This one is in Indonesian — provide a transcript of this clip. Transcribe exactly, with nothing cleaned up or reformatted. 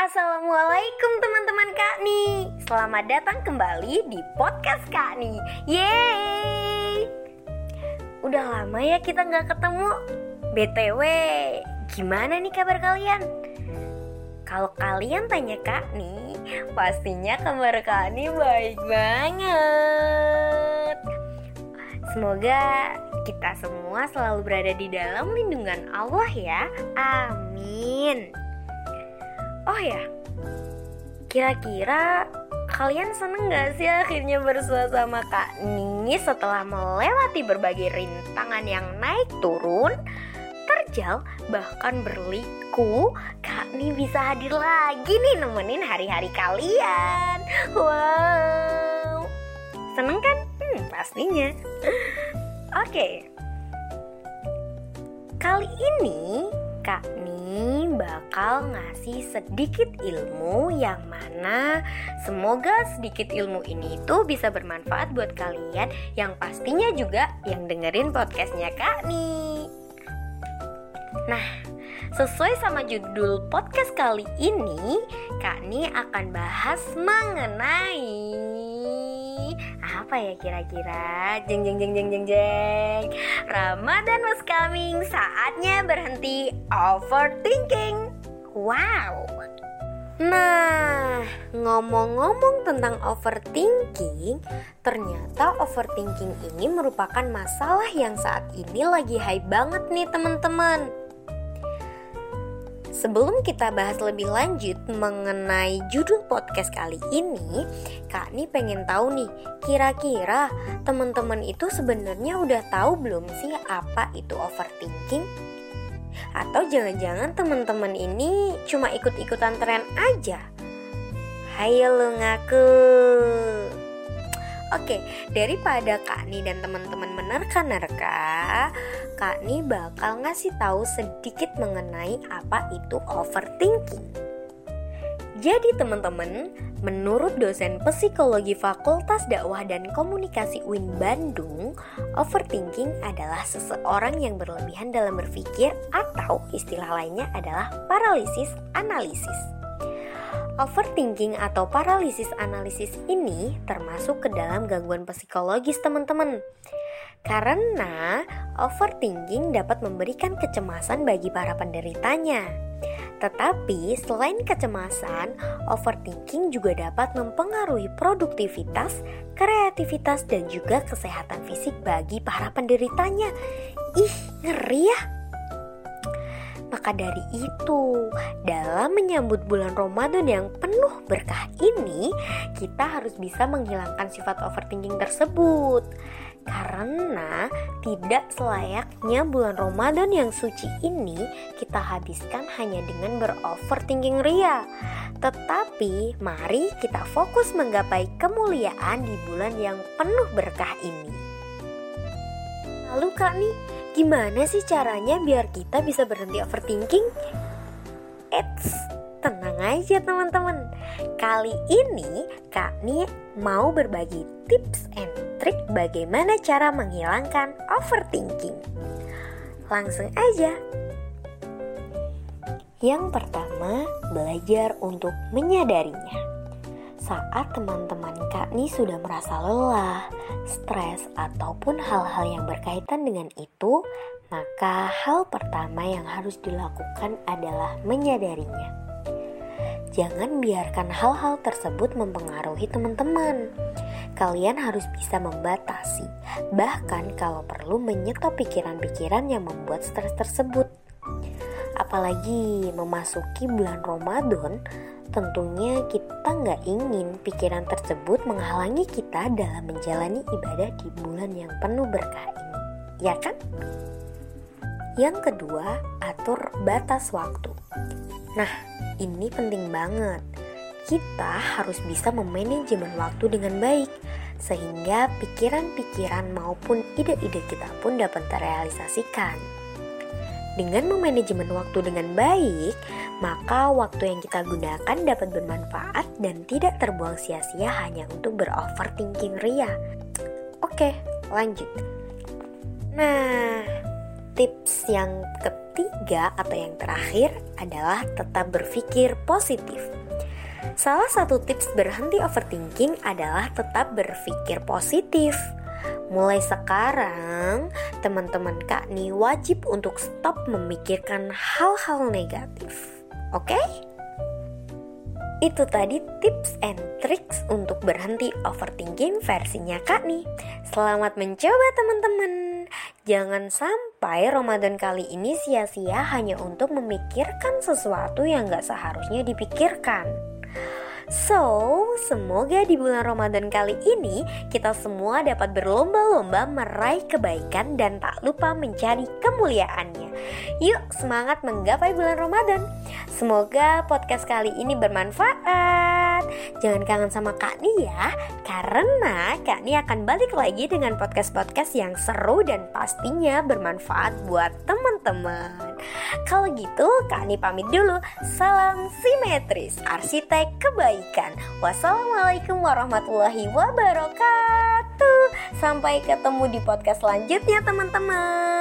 Assalamualaikum teman-teman Kak Ni. Selamat datang kembali di podcast Kak Ni. Yeay. Udah lama ya kita gak ketemu. B T W, gimana nih kabar kalian? Kalau kalian tanya Kak Ni, pastinya kabar Kak Ni baik banget. Semoga kita semua selalu berada di dalam lindungan Allah ya. Amin. Oh ya, kira-kira kalian seneng gak sih akhirnya bersua sama Kak Ni setelah melewati berbagai rintangan yang naik turun, terjal, bahkan berliku? Kak Ni bisa hadir lagi nih nemenin hari-hari kalian. Wow, seneng kan? Hmm, pastinya. Oke, okay. Kali ini Kak Ni bakal ngasih sedikit ilmu yang mana semoga sedikit ilmu ini tuh bisa bermanfaat buat kalian yang pastinya juga yang dengerin podcastnya Kak Ni. Nah, sesuai sama judul podcast kali ini, Kak Ni akan bahas mengenai apa ya kira-kira? Jeng jeng jeng jeng jeng jeng. Ramadan was coming, saatnya berhenti overthinking. Wow. Nah, ngomong-ngomong tentang overthinking, ternyata overthinking ini merupakan masalah yang saat ini lagi hype banget nih teman-teman. Sebelum kita bahas lebih lanjut mengenai judul podcast kali ini, Kak Ni pengen tahu nih, kira-kira teman-teman itu sebenarnya udah tahu belum sih apa itu overthinking? Atau jangan-jangan teman-teman ini cuma ikut-ikutan tren aja? Hayo lu ngaku. Oke, daripada Kak Ni dan teman-teman menerka-nerka, Kak Ni bakal ngasih tahu sedikit mengenai apa itu overthinking. Jadi teman-teman, menurut dosen psikologi Fakultas Dakwah dan Komunikasi U I N Bandung, overthinking adalah seseorang yang berlebihan dalam berpikir atau istilah lainnya adalah paralisis analisis. Overthinking atau paralisis analisis ini termasuk ke dalam gangguan psikologis teman-teman. Karena overthinking dapat memberikan kecemasan bagi para penderitanya. Tetapi selain kecemasan, overthinking juga dapat mempengaruhi produktivitas, kreativitas, dan juga kesehatan fisik bagi para penderitanya. Ih, ngeri ya! Maka dari itu, dalam menyambut bulan Ramadan yang penuh berkah ini, kita harus bisa menghilangkan sifat overthinking tersebut. Karena tidak selayaknya bulan Ramadan yang suci ini kita habiskan hanya dengan beroverthinking ria. Tetapi mari kita fokus menggapai kemuliaan di bulan yang penuh berkah ini. Lalu Kak Ni, gimana sih caranya biar kita bisa berhenti overthinking? Eits, tenang aja teman-teman. Kali ini Kak Ni mau berbagi tips and trik bagaimana cara menghilangkan overthinking. Langsung aja. Yang pertama, belajar untuk menyadarinya. Saat teman-teman Kak Ni sudah merasa lelah, stres, ataupun hal-hal yang berkaitan dengan itu, maka hal pertama yang harus dilakukan adalah menyadarinya. Jangan biarkan hal-hal tersebut mempengaruhi teman-teman. Kalian harus bisa membatasi, bahkan kalau perlu menyetop pikiran-pikiran yang membuat stres tersebut. Apalagi memasuki bulan Ramadan, tentunya kita nggak ingin pikiran tersebut menghalangi kita dalam menjalani ibadah di bulan yang penuh berkah ini, ya kan? Yang kedua, atur batas waktu. Nah, ini penting banget. Kita harus bisa memanajemen waktu dengan baik, sehingga pikiran-pikiran maupun ide-ide kita pun dapat terrealisasikan. Dengan memanajemen waktu dengan baik, maka waktu yang kita gunakan dapat bermanfaat dan tidak terbuang sia-sia hanya untuk beroverthinking ria. Oke, lanjut. Nah, tips yang ketiga atau yang terakhir adalah tetap berpikir positif. Salah satu tips berhenti overthinking adalah tetap berpikir positif. Mulai sekarang, teman-teman Kak Ni wajib untuk stop memikirkan hal-hal negatif. Oke? Itu tadi tips and tricks untuk berhenti overthinking versinya Kak Ni. Selamat mencoba teman-teman. Jangan sampai Ramadan kali ini sia-sia hanya untuk memikirkan sesuatu yang gak seharusnya dipikirkan. So, semoga di bulan Ramadan kali ini kita semua dapat berlomba-lomba meraih kebaikan dan tak lupa mencari kemuliaannya. Yuk semangat menggapai bulan Ramadan. Semoga podcast kali ini bermanfaat. Jangan kangen sama Kak Ni ya, karena Kak Ni akan balik lagi dengan podcast-podcast yang seru dan pastinya bermanfaat buat teman-teman. Kalau gitu Kak Ni pamit dulu. Salam simetris, arsitek kebaikan. Wassalamualaikum warahmatullahi wabarakatuh. Sampai ketemu di podcast selanjutnya teman-teman.